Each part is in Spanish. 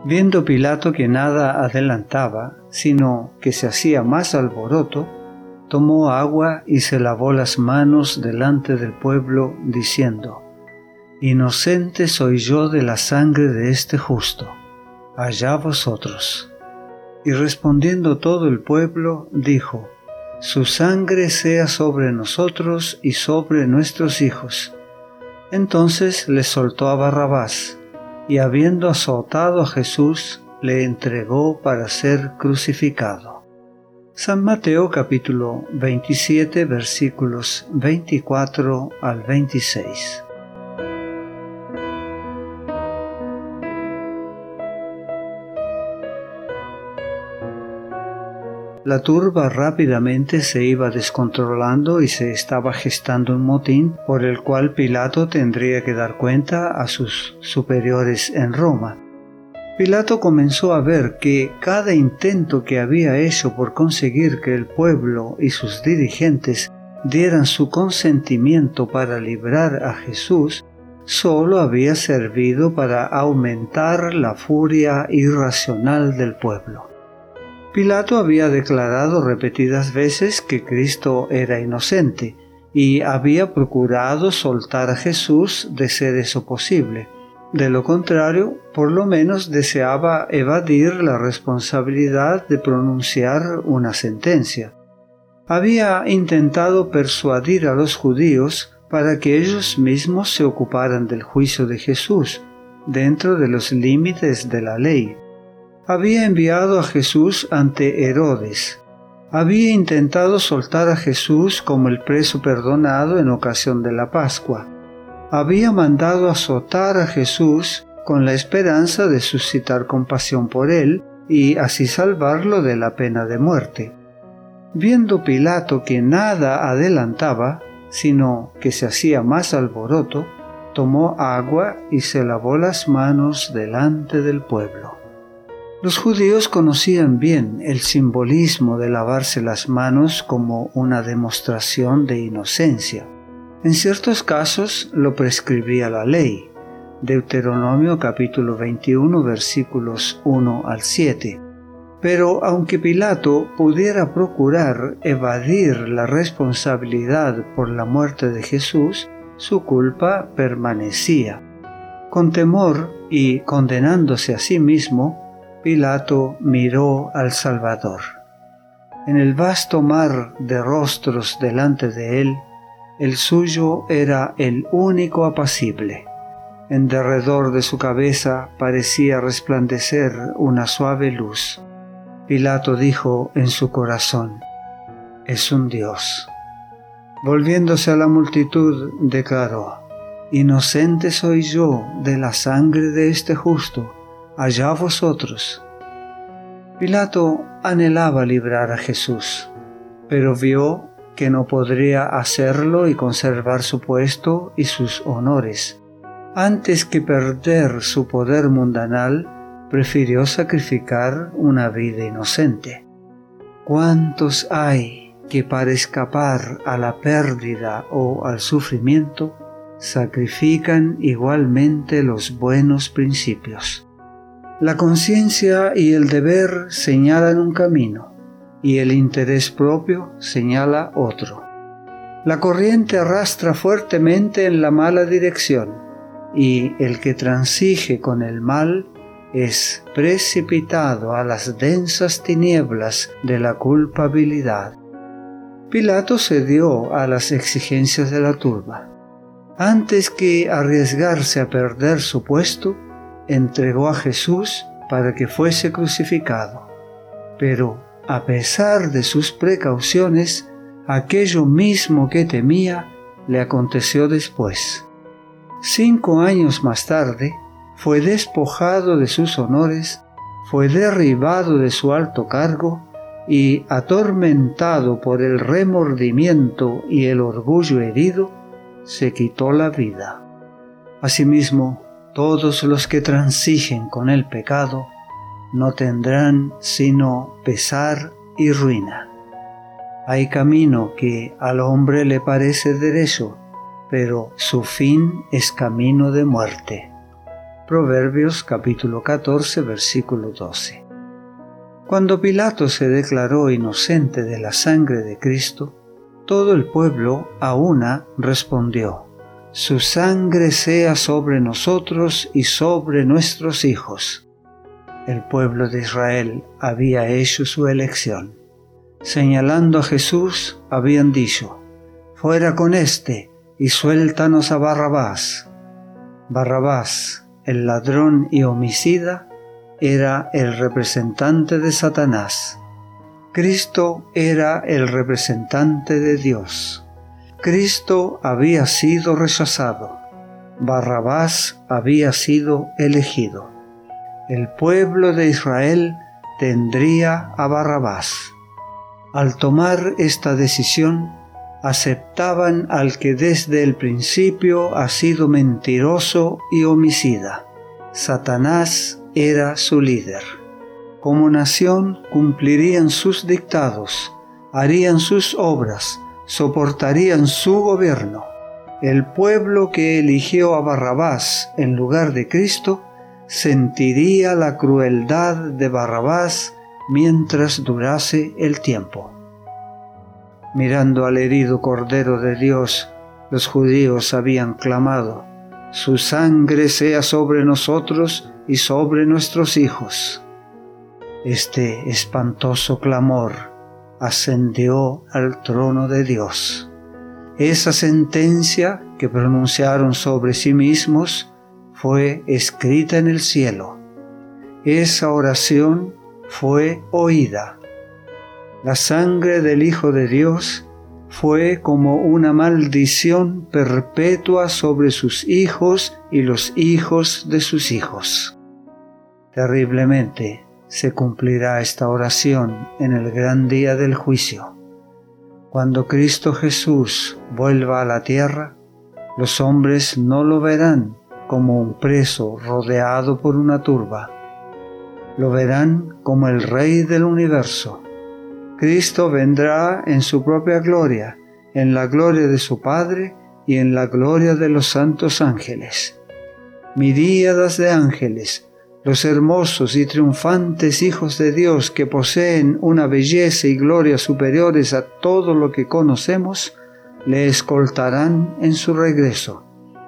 Viendo Pilato que nada adelantaba, sino que se hacía más alboroto, tomó agua y se lavó las manos delante del pueblo, diciendo: «Inocente soy yo de la sangre de este justo, allá vosotros». Y respondiendo todo el pueblo, dijo: «Su sangre sea sobre nosotros y sobre nuestros hijos». Entonces le soltó a Barrabás, y habiendo azotado a Jesús, le entregó para ser crucificado. San Mateo capítulo 27 versículos 24 al 26. La turba rápidamente se iba descontrolando y se estaba gestando un motín por el cual Pilato tendría que dar cuenta a sus superiores en Roma. Pilato comenzó a ver que cada intento que había hecho por conseguir que el pueblo y sus dirigentes dieran su consentimiento para librar a Jesús solo había servido para aumentar la furia irracional del pueblo. Pilato había declarado repetidas veces que Cristo era inocente y había procurado soltar a Jesús de ser eso posible. De lo contrario, por lo menos deseaba evadir la responsabilidad de pronunciar una sentencia. Había intentado persuadir a los judíos para que ellos mismos se ocuparan del juicio de Jesús, dentro de los límites de la ley. Había enviado a Jesús ante Herodes. Había intentado soltar a Jesús como el preso perdonado en ocasión de la Pascua. Había mandado azotar a Jesús con la esperanza de suscitar compasión por él y así salvarlo de la pena de muerte. Viendo Pilato que nada adelantaba, sino que se hacía más alboroto, tomó agua y se lavó las manos delante del pueblo. Los judíos conocían bien el simbolismo de lavarse las manos como una demostración de inocencia. En ciertos casos lo prescribía la ley, Deuteronomio capítulo 21 versículos 1 al 7. Pero aunque Pilato pudiera procurar evadir la responsabilidad por la muerte de Jesús, su culpa permanecía. Con temor y condenándose a sí mismo, Pilato miró al Salvador. En el vasto mar de rostros delante de él, el suyo era el único apacible. En derredor de su cabeza parecía resplandecer una suave luz. Pilato dijo en su corazón: «Es un Dios». Volviéndose a la multitud, declaró: «Inocente soy yo de la sangre de este justo, allá vosotros». Pilato anhelaba librar a Jesús, pero vio que no podría hacerlo y conservar su puesto y sus honores. Antes que perder su poder mundanal, prefirió sacrificar una vida inocente. ¿Cuántos hay que para escapar a la pérdida o al sufrimiento sacrifican igualmente los buenos principios? La conciencia y el deber señalan un camino, y el interés propio señala otro. La corriente arrastra fuertemente en la mala dirección, y el que transige con el mal es precipitado a las densas tinieblas de la culpabilidad. Pilato cedió a las exigencias de la turba. Antes que arriesgarse a perder su puesto, entregó a Jesús para que fuese crucificado. Pero, a pesar de sus precauciones, aquello mismo que temía le aconteció después. 5 años más tarde, fue despojado de sus honores, fue derribado de su alto cargo y, atormentado por el remordimiento y el orgullo herido, se quitó la vida. Asimismo, todos los que transigen con el pecado no tendrán sino pesar y ruina. Hay camino que al hombre le parece derecho, pero su fin es camino de muerte. Proverbios capítulo 14, versículo 12. Cuando Pilato se declaró inocente de la sangre de Cristo, todo el pueblo a una respondió: «Su sangre sea sobre nosotros y sobre nuestros hijos». El pueblo de Israel había hecho su elección. Señalando a Jesús, habían dicho: «Fuera con éste y suéltanos a Barrabás». Barrabás, el ladrón y homicida, era el representante de Satanás. Cristo era el representante de Dios. Cristo había sido rechazado. Barrabás había sido elegido. El pueblo de Israel tendría a Barrabás. Al tomar esta decisión, aceptaban al que desde el principio ha sido mentiroso y homicida. Satanás era su líder. Como nación cumplirían sus dictados, harían sus obras, soportarían su gobierno. El pueblo que eligió a Barrabás en lugar de Cristo sentiría la crueldad de Barrabás mientras durase el tiempo. Mirando al herido Cordero de Dios, los judíos habían clamado: «Su sangre sea sobre nosotros y sobre nuestros hijos». Este espantoso clamor ascendió al trono de Dios. Esa sentencia que pronunciaron sobre sí mismos fue escrita en el cielo. Esa oración fue oída. La sangre del Hijo de Dios fue como una maldición perpetua sobre sus hijos y los hijos de sus hijos. Terriblemente se cumplirá esta oración en el gran día del juicio. Cuando Cristo Jesús vuelva a la tierra, los hombres no lo verán como un preso rodeado por una turba. Lo verán como el Rey del universo. Cristo vendrá en su propia gloria, en la gloria de su Padre y en la gloria de los santos ángeles. Miríadas de ángeles, los hermosos y triunfantes hijos de Dios que poseen una belleza y gloria superiores a todo lo que conocemos, le escoltarán en su regreso.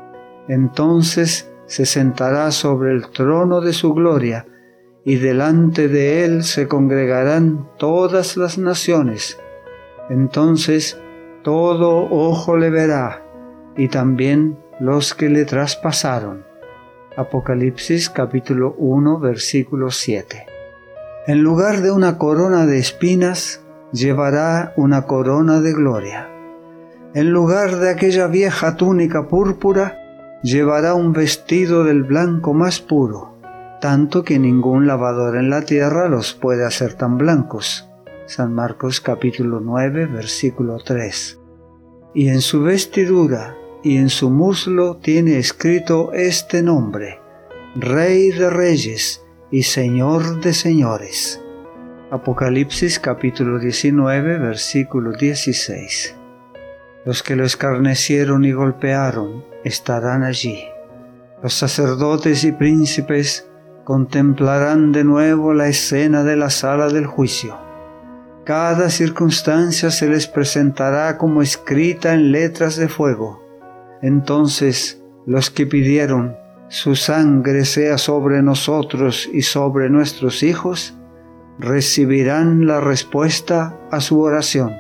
Entonces se sentará sobre el trono de su gloria, y delante de él se congregarán todas las naciones. Entonces todo ojo le verá, y también los que le traspasaron. Apocalipsis capítulo 1, versículo 7. En lugar de una corona de espinas, llevará una corona de gloria. En lugar de aquella vieja túnica púrpura, llevará un vestido del blanco más puro, tanto que ningún lavador en la tierra los puede hacer tan blancos. San Marcos capítulo 9, versículo 3. Y en su vestidura y en su muslo tiene escrito este nombre: Rey de Reyes y Señor de Señores. Apocalipsis capítulo 19, versículo 16. Los que lo escarnecieron y golpearon estarán allí. Los sacerdotes y príncipes contemplarán de nuevo la escena de la sala del juicio. Cada circunstancia se les presentará como escrita en letras de fuego. Entonces los que pidieron: «Su sangre sea sobre nosotros y sobre nuestros hijos», recibirán la respuesta a su oración.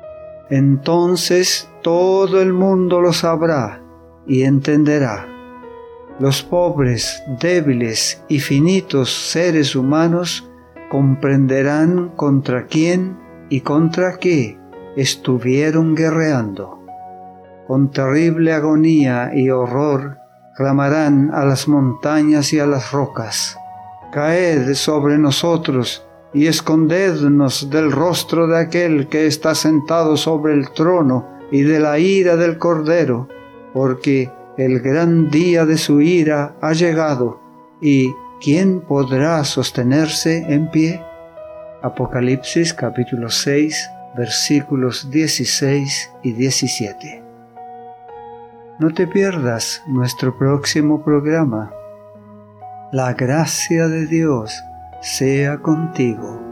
Entonces todo el mundo lo sabrá y entenderá. Los pobres, débiles y finitos seres humanos comprenderán contra quién y contra qué estuvieron guerreando. Con terrible agonía y horror clamarán a las montañas y a las rocas: «Caed sobre nosotros y escondednos del rostro de aquel que está sentado sobre el trono y de la ira del Cordero, porque el gran día de su ira ha llegado, y ¿quién podrá sostenerse en pie?». Apocalipsis capítulo 6, versículos 16 y 17. No te pierdas nuestro próximo programa. La gracia de Dios sea contigo.